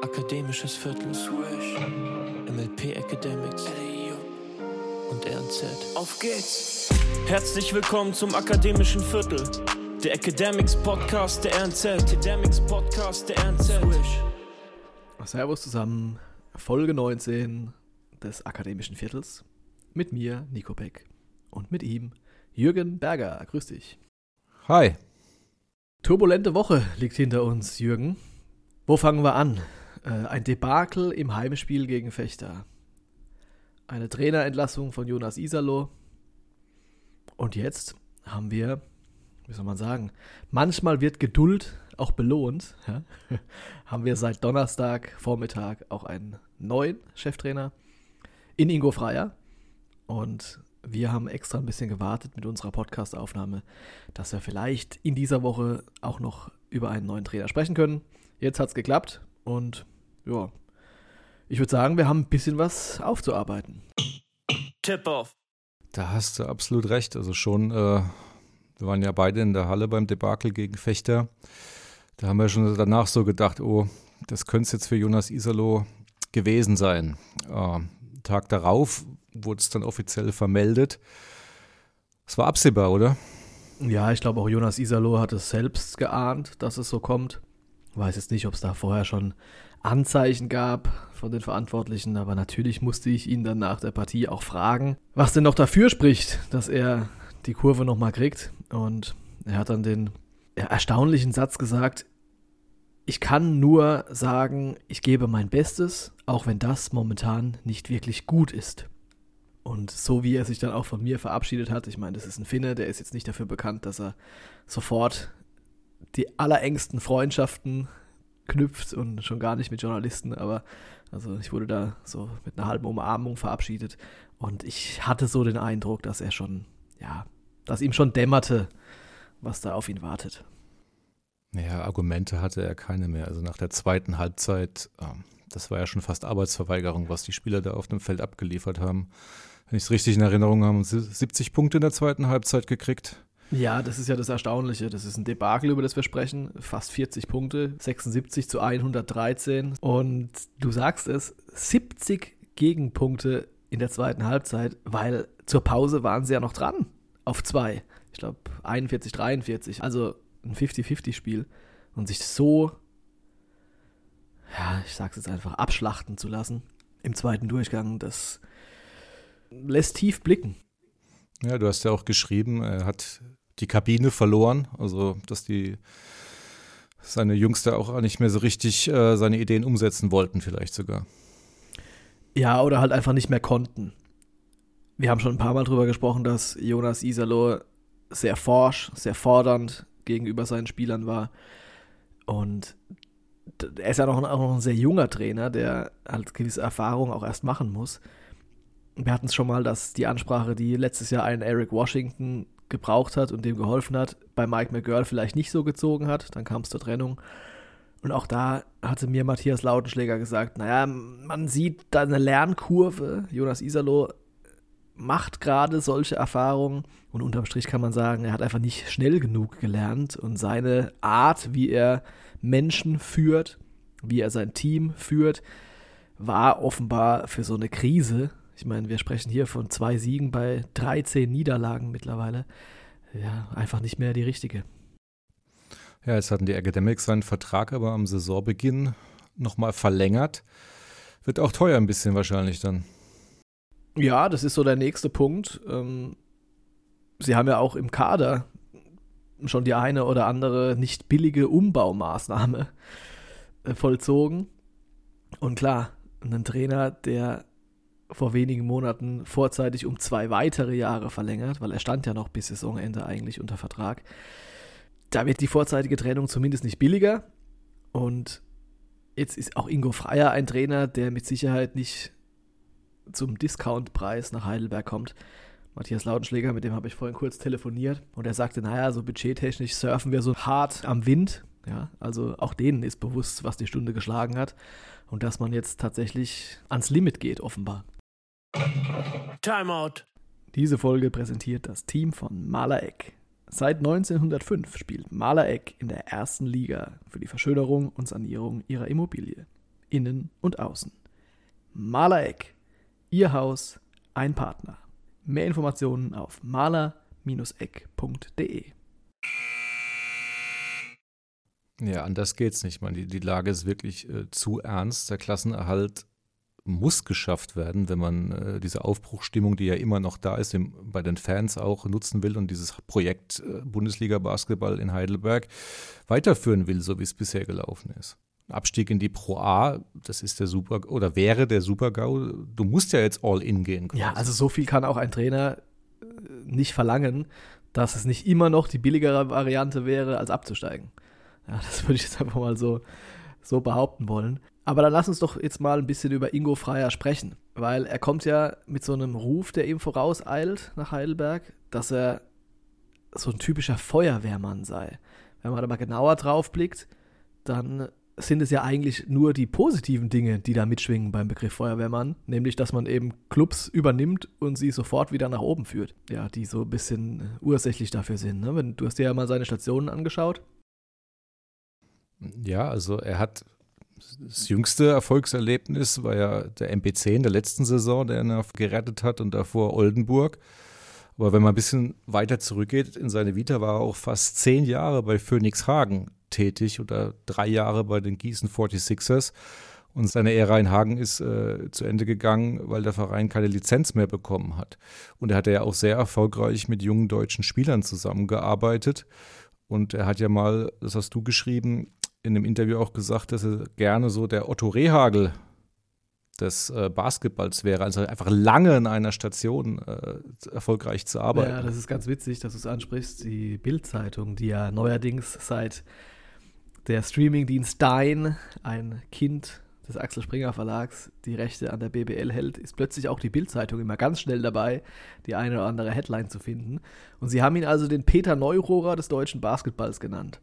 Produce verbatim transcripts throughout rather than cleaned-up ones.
Akademisches Viertel, Swish, M L P Academics und R N Z. Auf geht's! Herzlich willkommen zum Akademischen Viertel, der Academics Podcast der R N Z. Academics Podcast der R N Z. Swish. Servus zusammen, Folge neunzehn des Akademischen Viertels. Mit mir, Nico Beck, und mit ihm, Jürgen Berger. Grüß dich. Hi. Turbulente Woche liegt hinter uns, Jürgen. Wo fangen wir an? Äh, ein Debakel im Heimspiel gegen Vechta. Eine Trainerentlassung von Jonas Iserloh. Und jetzt haben wir, wie soll man sagen, manchmal wird Geduld auch belohnt. Ja? Haben wir seit Donnerstag Vormittag auch einen neuen Cheftrainer in Ingo Freier. Und wir haben extra ein bisschen gewartet mit unserer Podcast-Aufnahme, dass wir vielleicht in dieser Woche auch noch über einen neuen Trainer sprechen können. Jetzt hat es geklappt und ja, ich würde sagen, wir haben ein bisschen was aufzuarbeiten. Tip-Off. Da hast du absolut recht. Also schon, äh, wir waren ja beide in der Halle beim Debakel gegen Vechta. Da haben wir schon danach so gedacht, oh, das könnte es jetzt für Jonas Iserloh gewesen sein. Äh, Tag darauf wurde es dann offiziell vermeldet. Es war absehbar, oder? Ja, ich glaube auch Jonas Iserloh hat es selbst geahnt, dass es so kommt. Weiß jetzt nicht, ob es da vorher schon Anzeichen gab von den Verantwortlichen, aber natürlich musste ich ihn dann nach der Partie auch fragen, was denn noch dafür spricht, dass er die Kurve nochmal kriegt. Und er hat dann den erstaunlichen Satz gesagt: Ich kann nur sagen, ich gebe mein Bestes, auch wenn das momentan nicht wirklich gut ist. Und so wie er sich dann auch von mir verabschiedet hat, ich meine, das ist ein Finne, der ist jetzt nicht dafür bekannt, dass er sofort die allerengsten Freundschaften knüpft und schon gar nicht mit Journalisten, aber also ich wurde da so mit einer halben Umarmung verabschiedet und ich hatte so den Eindruck, dass er schon, ja, dass ihm schon dämmerte, was da auf ihn wartet. Ja, Argumente hatte er keine mehr. Also nach der zweiten Halbzeit, das war ja schon fast Arbeitsverweigerung, was die Spieler da auf dem Feld abgeliefert haben. Wenn ich es richtig in Erinnerung habe, haben sie siebzig Punkte in der zweiten Halbzeit gekriegt. Ja, das ist ja das Erstaunliche. Das ist ein Debakel, über das wir sprechen. Fast vierzig Punkte, sechsundsiebzig zu hundertdreizehn. Und du sagst es, siebzig Gegenpunkte in der zweiten Halbzeit, weil zur Pause waren sie ja noch dran auf zwei. Ich glaube einundvierzig, dreiundvierzig. Also ein fünfzig-fünfzig-Spiel. Und sich so, ja, ich sag's jetzt einfach, abschlachten zu lassen im zweiten Durchgang, das lässt tief blicken. Ja, du hast ja auch geschrieben, er hat die Kabine verloren, also dass die seine Jungs da auch nicht mehr so richtig äh, seine Ideen umsetzen wollten vielleicht sogar. Ja, oder halt einfach nicht mehr konnten. Wir haben schon ein paar Mal drüber gesprochen, dass Jonas Iserloh sehr forsch, sehr fordernd gegenüber seinen Spielern war. Und er ist ja noch, auch noch ein sehr junger Trainer, der halt gewisse Erfahrung auch erst machen muss. Wir hatten es schon mal, dass die Ansprache, die letztes Jahr einen Eric Washington gebraucht hat und dem geholfen hat, bei Mike McGurl vielleicht nicht so gezogen hat. Dann kam es zur Trennung. Und auch da hatte mir Matthias Lautenschläger gesagt, naja, man sieht da eine Lernkurve. Jonas Iserloh macht gerade solche Erfahrungen und unterm Strich kann man sagen, er hat einfach nicht schnell genug gelernt und seine Art, wie er Menschen führt, wie er sein Team führt, war offenbar für so eine Krise. Ich meine, wir sprechen hier von zwei Siegen bei dreizehn Niederlagen mittlerweile. Ja, einfach nicht mehr die richtige. Ja, jetzt hatten die Academics seinen Vertrag aber am Saisonbeginn nochmal verlängert. Wird auch teuer ein bisschen wahrscheinlich dann. Ja, das ist so der nächste Punkt. Sie haben ja auch im Kader schon die eine oder andere nicht billige Umbaumaßnahme vollzogen. Und klar, ein Trainer, der vor wenigen Monaten vorzeitig um zwei weitere Jahre verlängert, weil er stand ja noch bis Saisonende eigentlich unter Vertrag. Da wird die vorzeitige Trennung zumindest nicht billiger. Und jetzt ist auch Ingo Freier ein Trainer, der mit Sicherheit nicht zum Discountpreis nach Heidelberg kommt. Matthias Lautenschläger, mit dem habe ich vorhin kurz telefoniert und er sagte, naja, so budgettechnisch surfen wir so hart am Wind. Ja, also auch denen ist bewusst, was die Stunde geschlagen hat und dass man jetzt tatsächlich ans Limit geht, offenbar. Timeout. Diese Folge präsentiert das Team von Maler Eck. Seit neunzehnhundertfünf spielt Maler Eck in der ersten Liga für die Verschönerung und Sanierung ihrer Immobilie. innen und außen. Mahler-Eck, Ihr Haus, ein Partner. Mehr Informationen auf maler Bindestrich eck punkt de. Ja, anders geht's nicht. Man, die, die Lage ist wirklich äh, zu ernst. Der Klassenerhalt muss geschafft werden, wenn man äh, diese Aufbruchsstimmung, die ja immer noch da ist, im, bei den Fans auch nutzen will und dieses Projekt äh, Bundesliga Basketball in Heidelberg weiterführen will, so wie es bisher gelaufen ist. Abstieg in die Pro A, das ist der Super oder wäre der Super-GAU. Du musst ja jetzt all in gehen. Quasi. Ja, also so viel kann auch ein Trainer nicht verlangen, dass es nicht immer noch die billigere Variante wäre, als abzusteigen. Ja, das würde ich jetzt einfach mal so, so behaupten wollen. Aber dann lass uns doch jetzt mal ein bisschen über Ingo Freier sprechen, weil er kommt ja mit so einem Ruf, der ihm vorauseilt nach Heidelberg, dass er so ein typischer Feuerwehrmann sei. Wenn man da mal genauer drauf blickt, dann sind es ja eigentlich nur die positiven Dinge, die da mitschwingen beim Begriff Feuerwehrmann, nämlich, dass man eben Clubs übernimmt und sie sofort wieder nach oben führt. Ja, die so ein bisschen ursächlich dafür sind. Ne? Wenn, du hast dir ja mal seine Stationen angeschaut. Ja, also er hat das jüngste Erfolgserlebnis war ja der M B C in der letzten Saison, der ihn gerettet hat und davor Oldenburg. Aber wenn man ein bisschen weiter zurückgeht in seine Vita, war er auch fast zehn Jahre bei Phoenix Hagen tätig oder drei Jahre bei den Gießen forty-sixers. Und seine Ära in Hagen ist äh, zu Ende gegangen, weil der Verein keine Lizenz mehr bekommen hat. Und er hat ja auch sehr erfolgreich mit jungen deutschen Spielern zusammengearbeitet. Und er hat ja mal, das hast du geschrieben, in einem Interview auch gesagt, dass er gerne so der Otto Rehhagel des äh, Basketballs wäre, also einfach lange in einer Station äh, erfolgreich zu arbeiten. Ja, das ist ganz witzig, dass du es ansprichst. Die Bild-Zeitung, die ja neuerdings seit der Streamingdienst Dein, ein Kind des Axel Springer Verlags, die Rechte an der B B L hält, ist plötzlich auch die Bild-Zeitung immer ganz schnell dabei, die eine oder andere Headline zu finden. Und sie haben ihn also den Peter Neurohrer des deutschen Basketballs genannt.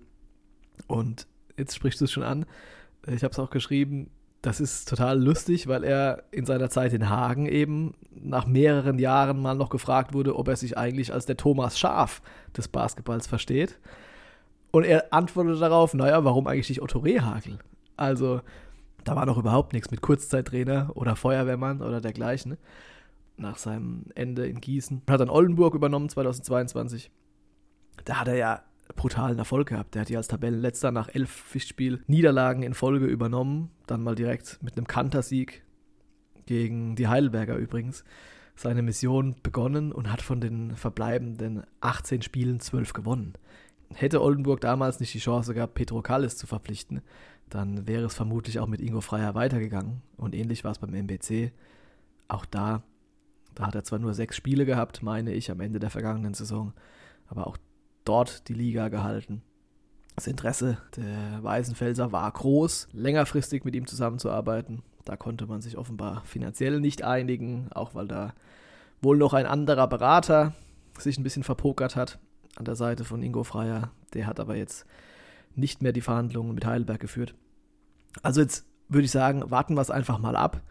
Und jetzt sprichst du es schon an, ich habe es auch geschrieben, das ist total lustig, weil er in seiner Zeit in Hagen eben nach mehreren Jahren mal noch gefragt wurde, ob er sich eigentlich als der Thomas Schaaf des Basketballs versteht. Und er antwortete darauf, naja, warum eigentlich nicht Otto Rehhagel? Also, da war noch überhaupt nichts mit Kurzzeittrainer oder Feuerwehrmann oder dergleichen. Nach seinem Ende in Gießen. Hat dann Oldenburg übernommen zweitausendzweiundzwanzig. Da hat er ja brutalen Erfolg gehabt. Der hat die als Tabellenletzter nach elf Pflichtspiel-Niederlagen in Folge übernommen. Dann mal direkt mit einem Kantersieg gegen die Heidelberger übrigens seine Mission begonnen und hat von den verbleibenden achtzehn Spielen zwölf gewonnen. Hätte Oldenburg damals nicht die Chance gehabt, Petro Kallis zu verpflichten, dann wäre es vermutlich auch mit Ingo Freier weitergegangen. Und ähnlich war es beim M B C. Auch da, da hat er zwar nur sechs Spiele gehabt, meine ich, am Ende der vergangenen Saison, aber auch dort die Liga gehalten. Das Interesse der Weißenfelser war groß, längerfristig mit ihm zusammenzuarbeiten. Da konnte man sich offenbar finanziell nicht einigen, auch weil da wohl noch ein anderer Berater sich ein bisschen verpokert hat an der Seite von Ingo Freier. Der hat aber jetzt nicht mehr die Verhandlungen mit Heidelberg geführt. Also jetzt würde ich sagen, warten wir es einfach mal ab.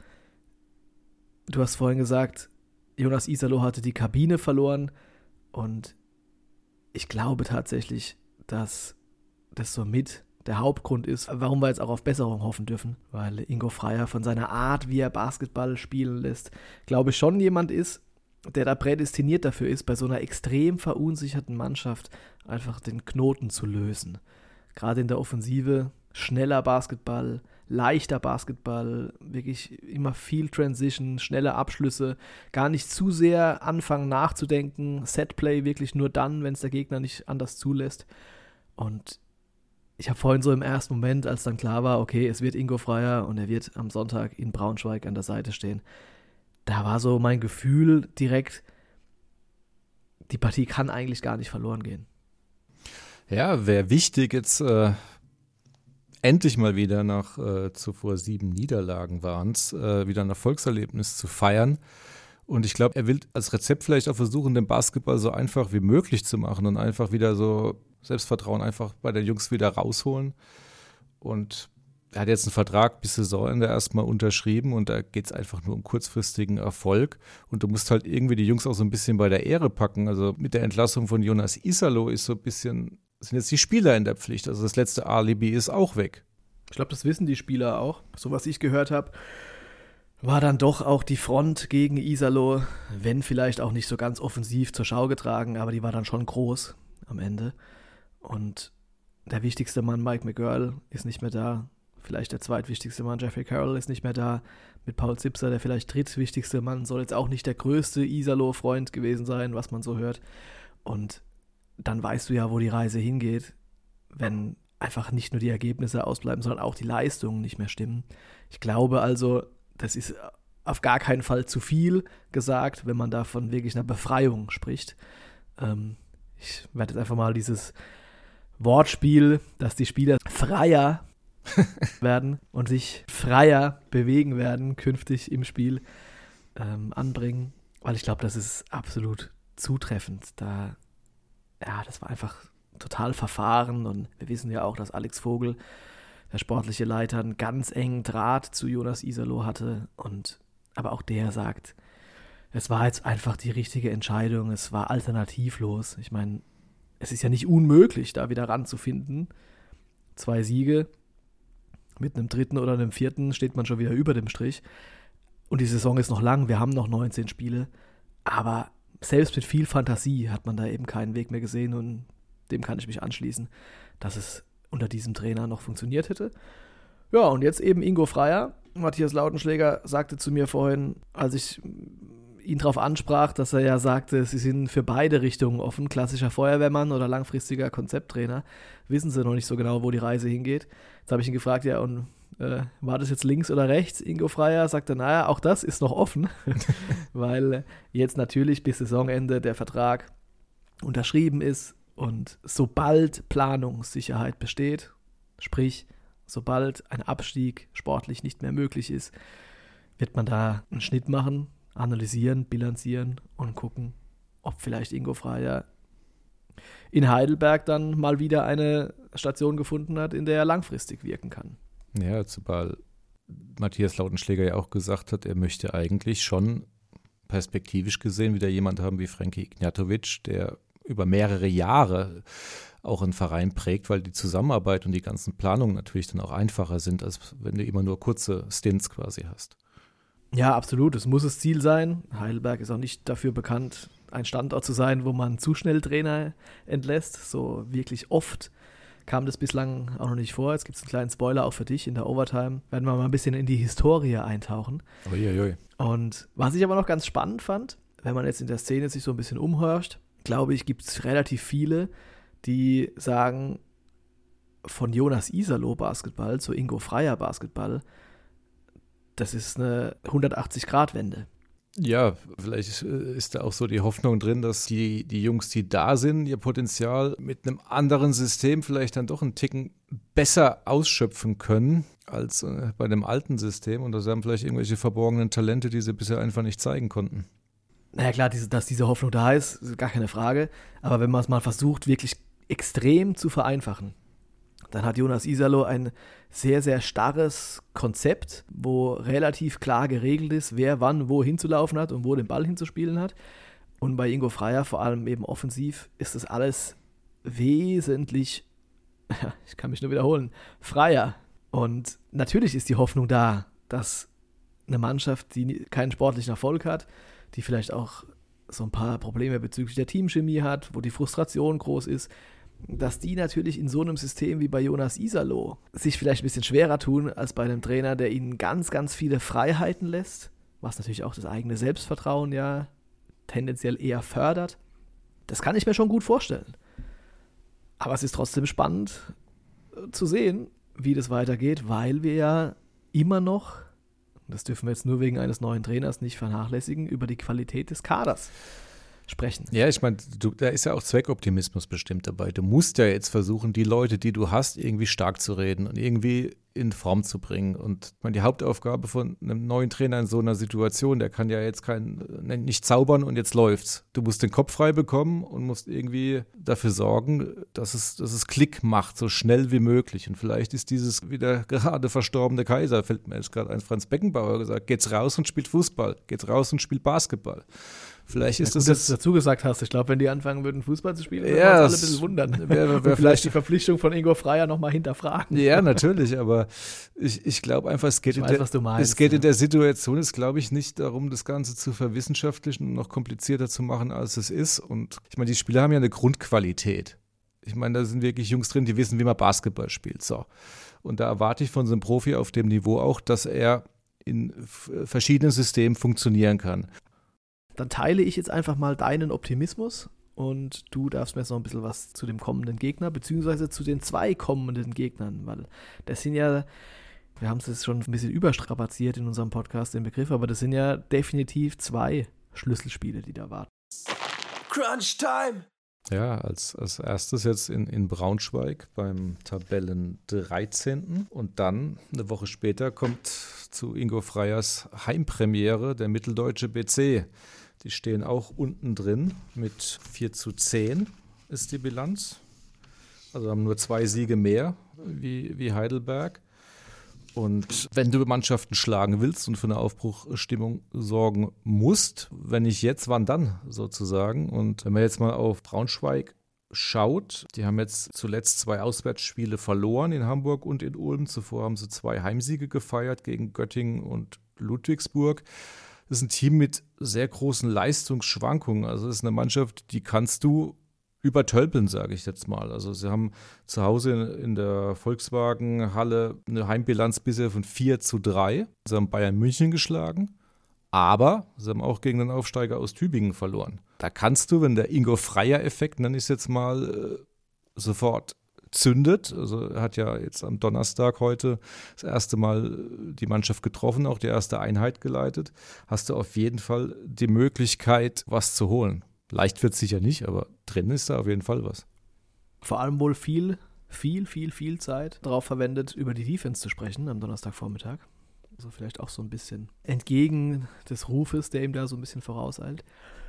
Du hast vorhin gesagt, Jonas Iserloh hatte die Kabine verloren und ich glaube tatsächlich, dass das somit der Hauptgrund ist, warum wir jetzt auch auf Besserung hoffen dürfen, weil Ingo Freier von seiner Art, wie er Basketball spielen lässt, glaube ich schon jemand ist, der da prädestiniert dafür ist, bei so einer extrem verunsicherten Mannschaft einfach den Knoten zu lösen. Gerade in der Offensive schneller Basketball, leichter Basketball, wirklich immer viel Transition, schnelle Abschlüsse, gar nicht zu sehr anfangen nachzudenken, Setplay wirklich nur dann, wenn es der Gegner nicht anders zulässt. Und ich habe vorhin so im ersten Moment, als dann klar war, okay, es wird Ingo Freier und er wird am Sonntag in Braunschweig an der Seite stehen, da war so mein Gefühl direkt, die Partie kann eigentlich gar nicht verloren gehen. Ja, wäre wichtig jetzt äh, endlich mal wieder nach äh, zuvor sieben Niederlagen waren es, äh, wieder ein Erfolgserlebnis zu feiern. Und ich glaube, er will als Rezept vielleicht auch versuchen, den Basketball so einfach wie möglich zu machen und einfach wieder so Selbstvertrauen einfach bei den Jungs wieder rausholen. Und er hat jetzt einen Vertrag bis Saisonende erstmal unterschrieben und da geht es einfach nur um kurzfristigen Erfolg. Und du musst halt irgendwie die Jungs auch so ein bisschen bei der Ehre packen. Also mit der Entlassung von Jonas Iserloh ist so ein bisschen, sind jetzt die Spieler in der Pflicht. Also das letzte Alibi ist auch weg. Ich glaube, das wissen die Spieler auch. So was ich gehört habe, war dann doch auch die Front gegen Iserlohn, wenn vielleicht auch nicht so ganz offensiv zur Schau getragen, aber die war dann schon groß am Ende. Und der wichtigste Mann, Mike McGurl, ist nicht mehr da. Vielleicht der zweitwichtigste Mann, Jeffrey Carroll, ist nicht mehr da. Mit Paul Zipser, der vielleicht drittwichtigste Mann, soll jetzt auch nicht der größte Iserlohn-Freund gewesen sein, was man so hört. Und dann weißt du ja, wo die Reise hingeht, wenn einfach nicht nur die Ergebnisse ausbleiben, sondern auch die Leistungen nicht mehr stimmen. Ich glaube also, das ist auf gar keinen Fall zu viel gesagt, wenn man da von wirklich einer Befreiung spricht. Ähm, ich werde jetzt einfach mal dieses Wortspiel, dass die Spieler freier werden und sich freier bewegen werden, künftig im Spiel ähm, anbringen, weil ich glaube, das ist absolut zutreffend. Da, ja, das war einfach total verfahren und wir wissen ja auch, dass Alex Vogel, der sportliche Leiter, einen ganz engen Draht zu Jonas Iserlohn hatte und aber auch der sagt, es war jetzt einfach die richtige Entscheidung, es war alternativlos. Ich meine, es ist ja nicht unmöglich, da wieder ranzufinden. Zwei Siege, mit einem dritten oder einem vierten steht man schon wieder über dem Strich. Und die Saison ist noch lang, wir haben noch neunzehn Spiele, aber selbst mit viel Fantasie hat man da eben keinen Weg mehr gesehen und dem kann ich mich anschließen, dass es unter diesem Trainer noch funktioniert hätte. Ja, und jetzt eben Ingo Freier. Matthias Lautenschläger sagte zu mir vorhin, als ich ihn darauf ansprach, dass er ja sagte, sie sind für beide Richtungen offen, klassischer Feuerwehrmann oder langfristiger Konzepttrainer. Wissen sie noch nicht so genau, wo die Reise hingeht. Jetzt habe ich ihn gefragt, ja, und äh, war das jetzt links oder rechts? Ingo Freier sagte, naja, auch das ist noch offen, weil jetzt natürlich bis Saisonende der Vertrag unterschrieben ist und sobald Planungssicherheit besteht, sprich, sobald ein Abstieg sportlich nicht mehr möglich ist, wird man da einen Schnitt machen, analysieren, bilanzieren und gucken, ob vielleicht Ingo Freier in Heidelberg dann mal wieder eine Station gefunden hat, in der er langfristig wirken kann. Ja, zumal Matthias Lautenschläger ja auch gesagt hat, er möchte eigentlich schon perspektivisch gesehen wieder jemand haben wie Frankie Ignjatovic, der über mehrere Jahre auch einen Verein prägt, weil die Zusammenarbeit und die ganzen Planungen natürlich dann auch einfacher sind, als wenn du immer nur kurze Stints quasi hast. Ja, absolut. Es muss das Ziel sein. Heidelberg ist auch nicht dafür bekannt, ein Standort zu sein, wo man zu schnell Trainer entlässt. So wirklich oft kam das bislang auch noch nicht vor. Jetzt gibt es einen kleinen Spoiler auch für dich in der Overtime. Werden wir mal ein bisschen in die Historie eintauchen. Uiuiui. Und was ich aber noch ganz spannend fand, wenn man jetzt in der Szene sich so ein bisschen umhört, glaube ich, gibt es relativ viele, die sagen, von Jonas Iserlohn Basketball zu Ingo Freier Basketball, das ist eine hundertachtzig-Grad-Wende. Ja, vielleicht ist da auch so die Hoffnung drin, dass die, die Jungs, die da sind, ihr Potenzial mit einem anderen System vielleicht dann doch einen Ticken besser ausschöpfen können als äh, bei dem alten System. Und da haben vielleicht irgendwelche verborgenen Talente, die sie bisher einfach nicht zeigen konnten. Naja klar, diese, dass diese Hoffnung da ist, ist gar keine Frage. Aber wenn man es mal versucht, wirklich extrem zu vereinfachen, dann hat Jonas Iserlohn ein sehr, sehr starres Konzept, wo relativ klar geregelt ist, wer wann wo hinzulaufen hat und wo den Ball hinzuspielen hat. Und bei Ingo Freier, vor allem eben offensiv, ist das alles wesentlich, ich kann mich nur wiederholen, freier. Und natürlich ist die Hoffnung da, dass eine Mannschaft, die keinen sportlichen Erfolg hat, die vielleicht auch so ein paar Probleme bezüglich der Teamchemie hat, wo die Frustration groß ist, dass die natürlich in so einem System wie bei Jonas Iserlohn sich vielleicht ein bisschen schwerer tun als bei einem Trainer, der ihnen ganz, ganz viele Freiheiten lässt, was natürlich auch das eigene Selbstvertrauen ja tendenziell eher fördert. Das kann ich mir schon gut vorstellen. Aber es ist trotzdem spannend zu sehen, wie das weitergeht, weil wir ja immer noch, das dürfen wir jetzt nur wegen eines neuen Trainers nicht vernachlässigen, über die Qualität des Kaders sprechen. Ja, ich meine, da ist ja auch Zweckoptimismus bestimmt dabei. Du musst ja jetzt versuchen, die Leute, die du hast, irgendwie stark zu reden und irgendwie in Form zu bringen. Und ich meine, die Hauptaufgabe von einem neuen Trainer in so einer Situation, der kann ja jetzt kein, nicht zaubern und jetzt läuft's. Du musst den Kopf frei bekommen und musst irgendwie dafür sorgen, dass es, dass es Klick macht, so schnell wie möglich. Und vielleicht ist dieses wieder gerade verstorbene Kaiser, fällt mir jetzt gerade ein, Franz Beckenbauer gesagt, geht's raus und spielt Fußball, geht's raus und spielt Basketball. Vielleicht ist ja, das gut, jetzt, dass du dazu gesagt hast. Ich glaube, wenn die anfangen würden, Fußball zu spielen, würden ja, wir uns alle ein bisschen wundern. Wär, wär vielleicht, vielleicht die Verpflichtung von Ingo Freier nochmal hinterfragen. Ja, natürlich, aber ich, ich glaube einfach, es geht, ich in, weiß, der, was du meinst, es geht ja. in der Situation, ist glaube ich nicht darum, das Ganze zu verwissenschaftlichen und noch komplizierter zu machen, als es ist. Und ich meine, die Spieler haben ja eine Grundqualität. Ich meine, da sind wirklich Jungs drin, die wissen, wie man Basketball spielt. So. Und da erwarte ich von so einem Profi auf dem Niveau auch, dass er in f- verschiedenen Systemen funktionieren kann. Dann teile ich jetzt einfach mal deinen Optimismus und du darfst mir jetzt noch ein bisschen was zu dem kommenden Gegner, beziehungsweise zu den zwei kommenden Gegnern, weil das sind ja, wir haben es jetzt schon ein bisschen überstrapaziert in unserem Podcast, den Begriff, aber das sind ja definitiv zwei Schlüsselspiele, die da warten. Crunch Time! Ja, als, als erstes jetzt in, in Braunschweig beim Tabellen dreizehnten Und dann, eine Woche später, kommt zu Ingo Freyers Heimpremiere der Mitteldeutsche B C. Die stehen auch unten drin mit vier zu zehn ist die Bilanz. Also haben nur zwei Siege mehr wie, wie Heidelberg. Und wenn du Mannschaften schlagen willst und für eine Aufbruchstimmung sorgen musst, wenn nicht jetzt, wann dann sozusagen? Und wenn man jetzt mal auf Braunschweig schaut, die haben jetzt zuletzt zwei Auswärtsspiele verloren in Hamburg und in Ulm. Zuvor haben sie zwei Heimsiege gefeiert gegen Göttingen und Ludwigsburg. Das ist ein Team mit sehr großen Leistungsschwankungen. Also das ist eine Mannschaft, die kannst du übertölpeln, sage ich jetzt mal. Also sie haben zu Hause in, in der Volkswagen-Halle eine Heimbilanz bisher von vier zu drei. Sie haben Bayern München geschlagen, aber sie haben auch gegen den Aufsteiger aus Tübingen verloren. Da kannst du, wenn der Ingo Freyer-Effekt, nenne ich es jetzt mal, äh, sofort zündet. Also er hat ja jetzt am Donnerstag heute das erste Mal die Mannschaft getroffen, auch die erste Einheit geleitet. Hast du auf jeden Fall die Möglichkeit, was zu holen. Leicht wird es sicher nicht, aber drin ist da auf jeden Fall was. Vor allem wohl viel, viel, viel, viel Zeit darauf verwendet, über die Defense zu sprechen am Donnerstagvormittag. Also vielleicht auch so ein bisschen entgegen des Rufes, der ihm da so ein bisschen vorauseilt.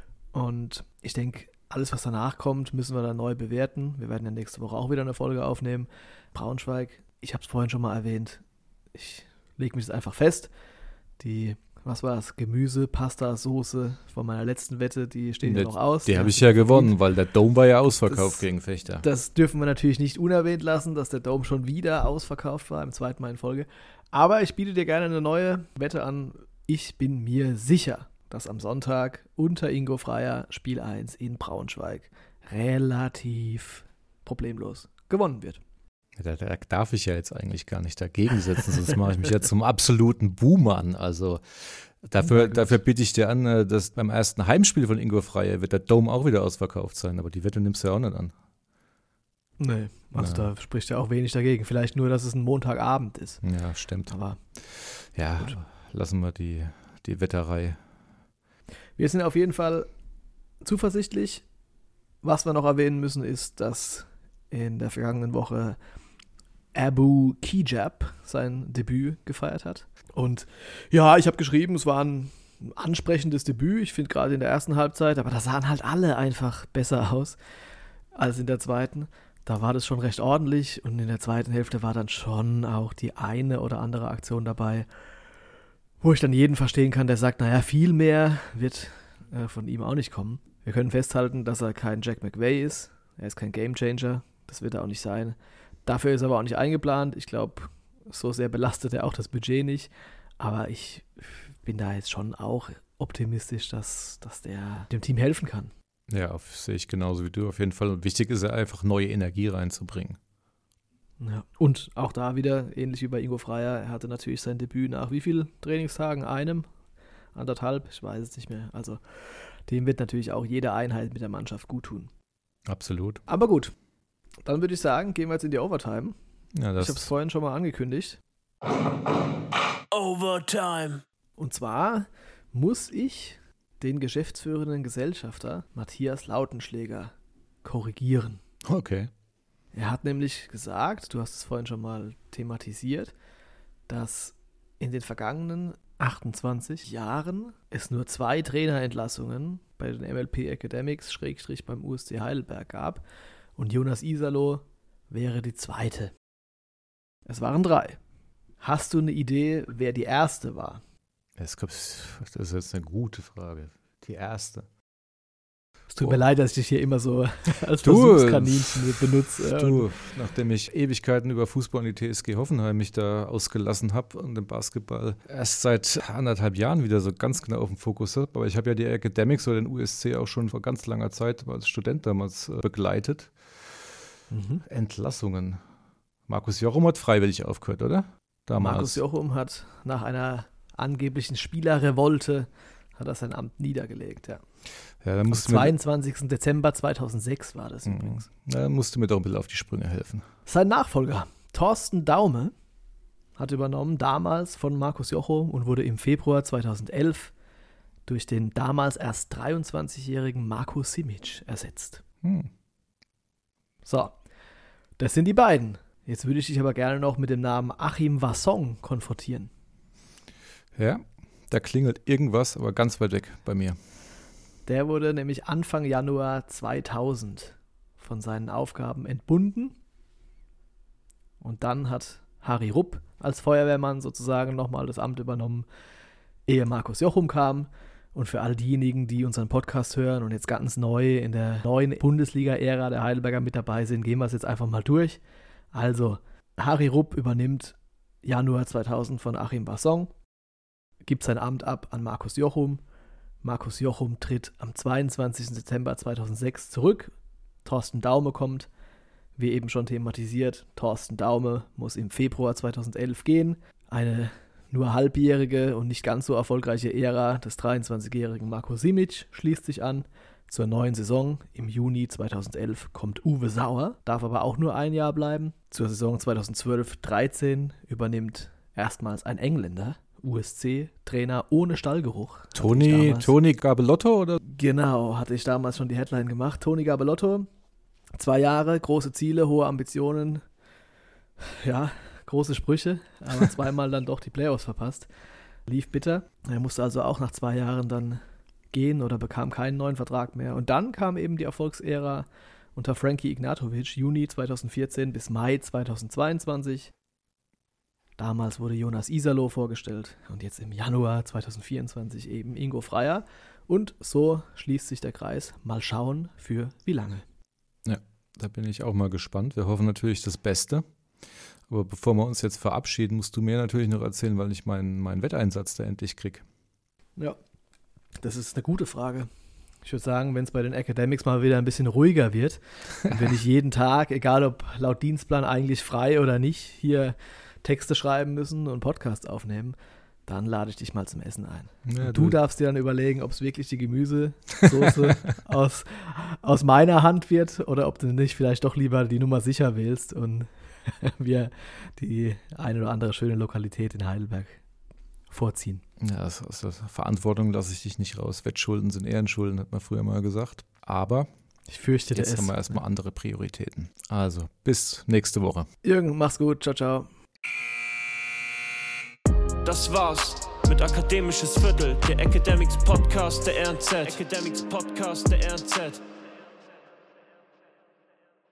Und ich denke, alles, was danach kommt, müssen wir dann neu bewerten. Wir werden ja nächste Woche auch wieder eine Folge aufnehmen. Braunschweig, ich habe es vorhin schon mal erwähnt, ich lege mich das einfach fest. Die Was war das? Gemüse, Pasta, Soße von meiner letzten Wette, die stehen ja noch aus. Die habe ich ja gewonnen, weil der Dome war ja ausverkauft das, gegen Fechter. Das dürfen wir natürlich nicht unerwähnt lassen, dass der Dome schon wieder ausverkauft war, im zweiten Mal in Folge. Aber ich biete dir gerne eine neue Wette an. Ich bin mir sicher, dass am Sonntag unter Ingo Freyer Spiel eins in Braunschweig relativ problemlos gewonnen wird. Da, da darf ich ja jetzt eigentlich gar nicht dagegen setzen, sonst mache ich mich ja zum absoluten Buhmann. Also dafür, dafür biete ich dir an, dass beim ersten Heimspiel von Ingo Freyer wird der Dome auch wieder ausverkauft sein, aber die Wette nimmst du ja auch nicht an. Nee, also Na. da spricht ja auch wenig dagegen. Vielleicht nur, dass es ein Montagabend ist. Ja, stimmt. Aber ja, gut. Lassen wir die, die Wetterei. Wir sind auf jeden Fall zuversichtlich. Was wir noch erwähnen müssen, ist, dass in der vergangenen Woche Abu Kijab sein Debüt gefeiert hat. Und ja, ich habe geschrieben, es war ein ansprechendes Debüt. Ich finde gerade in der ersten Halbzeit, aber da sahen halt alle einfach besser aus als in der zweiten. Da war das schon recht ordentlich und in der zweiten Hälfte war dann schon auch die eine oder andere Aktion dabei, wo ich dann jeden verstehen kann, der sagt, naja, viel mehr wird äh, von ihm auch nicht kommen. Wir können festhalten, dass er kein Jack McVay ist. Er ist kein Gamechanger. Das wird er auch nicht sein. Dafür ist er aber auch nicht eingeplant. Ich glaube, so sehr belastet er auch das Budget nicht. Aber ich bin da jetzt schon auch optimistisch, dass, dass der dem Team helfen kann. Ja, auf, sehe ich genauso wie du auf jeden Fall. Und wichtig ist ja einfach, neue Energie reinzubringen. Ja. Und auch da wieder, ähnlich wie bei Ingo Freyer, er hatte natürlich sein Debüt nach wie viel Trainingstagen? Einem? Anderthalb? Ich weiß es nicht mehr. Also dem wird natürlich auch jede Einheit mit der Mannschaft gut tun. Absolut. Aber gut, dann würde ich sagen, gehen wir jetzt in die Overtime. Ja, das Ich habe es vorhin schon mal angekündigt. Overtime. Und zwar muss ich den geschäftsführenden Gesellschafter Matthias Lautenschläger korrigieren. Okay. Er hat nämlich gesagt, du hast es vorhin schon mal thematisiert, dass in den vergangenen achtundzwanzig Jahren es nur zwei Trainerentlassungen bei den M L P Academics Schrägstrich beim U S C Heidelberg gab und Jonas Iserloh wäre die zweite. Es waren drei. Hast du eine Idee, wer die erste war? Das ist jetzt eine gute Frage. Die erste. Es tut Oh. mir leid, dass ich dich hier immer so als Du, Versuchskaninchen benutze. Du, nachdem ich Ewigkeiten über Fußball und die T S G Hoffenheim mich da ausgelassen habe und den Basketball erst seit anderthalb Jahren wieder so ganz genau auf dem Fokus habe, aber ich habe ja die Academics oder den U S C auch schon vor ganz langer Zeit als Student damals äh, begleitet. Mhm. Entlassungen. Markus Jochum hat freiwillig aufgehört, oder? Damals. Markus Jochum hat nach einer angeblichen Spielerrevolte hat er sein Amt niedergelegt, ja. Ja, dann Am musst du mir, zweiundzwanzigsten Dezember zweitausendsechs war das übrigens. ja, dann musst du mir doch ein bisschen auf die Sprünge helfen. Sein Nachfolger, Thorsten Daume, hat übernommen damals von Markus Jochum und wurde im Februar zweitausendelf durch den damals erst dreiundzwanzigjährigen Marko Simic ersetzt. Hm. So, das sind die beiden. Jetzt würde ich dich aber gerne noch mit dem Namen Achim Wasson konfrontieren. Ja, da klingelt irgendwas, aber ganz weit weg bei mir. Der wurde nämlich Anfang Januar zweitausend von seinen Aufgaben entbunden. Und dann hat Harry Rupp als Feuerwehrmann sozusagen nochmal das Amt übernommen, ehe Markus Jochum kam. Und für all diejenigen, die unseren Podcast hören und jetzt ganz neu in der neuen Bundesliga-Ära der Heidelberger mit dabei sind, gehen wir es jetzt einfach mal durch. Also, Harry Rupp übernimmt Januar zweitausend von Achim Wasson, gibt sein Amt ab an Markus Jochum. Markus Jochum tritt am zweiundzwanzigsten Dezember zweitausendsechs zurück. Thorsten Daume kommt, wie eben schon thematisiert. Thorsten Daume muss im Februar zweitausendelf gehen. Eine nur halbjährige und nicht ganz so erfolgreiche Ära des dreiundzwanzigjährigen Marko Simic schließt sich an. Zur neuen Saison im Juni zweitausendelf kommt Uwe Sauer, darf aber auch nur ein Jahr bleiben. Zur Saison zweitausendzwölf dreizehn übernimmt erstmals ein Engländer, U S C-Trainer ohne Stallgeruch. Toni, Toni Gabellotto oder? Genau, hatte ich damals schon die Headline gemacht. Toni Gabellotto, zwei Jahre, große Ziele, hohe Ambitionen, ja, große Sprüche, aber zweimal dann doch die Playoffs verpasst. Lief bitter. Er musste also auch nach zwei Jahren dann gehen oder bekam keinen neuen Vertrag mehr. Und dann kam eben die Erfolgsära unter Frankie Ignatovic, Juni zweitausendvierzehn bis Mai zweitausendzweiundzwanzig. Damals wurde Jonas Iserloh vorgestellt und jetzt im Januar zweitausendvierundzwanzig eben Ingo Freier. Und so schließt sich der Kreis. Mal schauen, für wie lange. Ja, da bin ich auch mal gespannt. Wir hoffen natürlich das Beste. Aber bevor wir uns jetzt verabschieden, musst du mir natürlich noch erzählen, weil ich meinen, meinen Wetteinsatz da endlich kriege. Ja, das ist eine gute Frage. Ich würde sagen, wenn es bei den Academics mal wieder ein bisschen ruhiger wird und wenn ich jeden Tag, egal ob laut Dienstplan eigentlich frei oder nicht, hier Texte schreiben müssen und Podcasts aufnehmen, dann lade ich dich mal zum Essen ein. Ja, du, du darfst dir dann überlegen, ob es wirklich die Gemüsesoße aus, aus meiner Hand wird oder ob du nicht vielleicht doch lieber die Nummer sicher wählst und wir die eine oder andere schöne Lokalität in Heidelberg vorziehen. Ja, aus, aus der Verantwortung lasse ich dich nicht raus. Wettschulden sind Ehrenschulden, hat man früher mal gesagt. Aber ich fürchtete jetzt es. haben wir erstmal andere Prioritäten. Also, bis nächste Woche. Jürgen, mach's gut. Ciao, ciao. Das war's mit Akademisches Viertel, der Academics Podcast der R N Z. Academics Podcast der R N Z.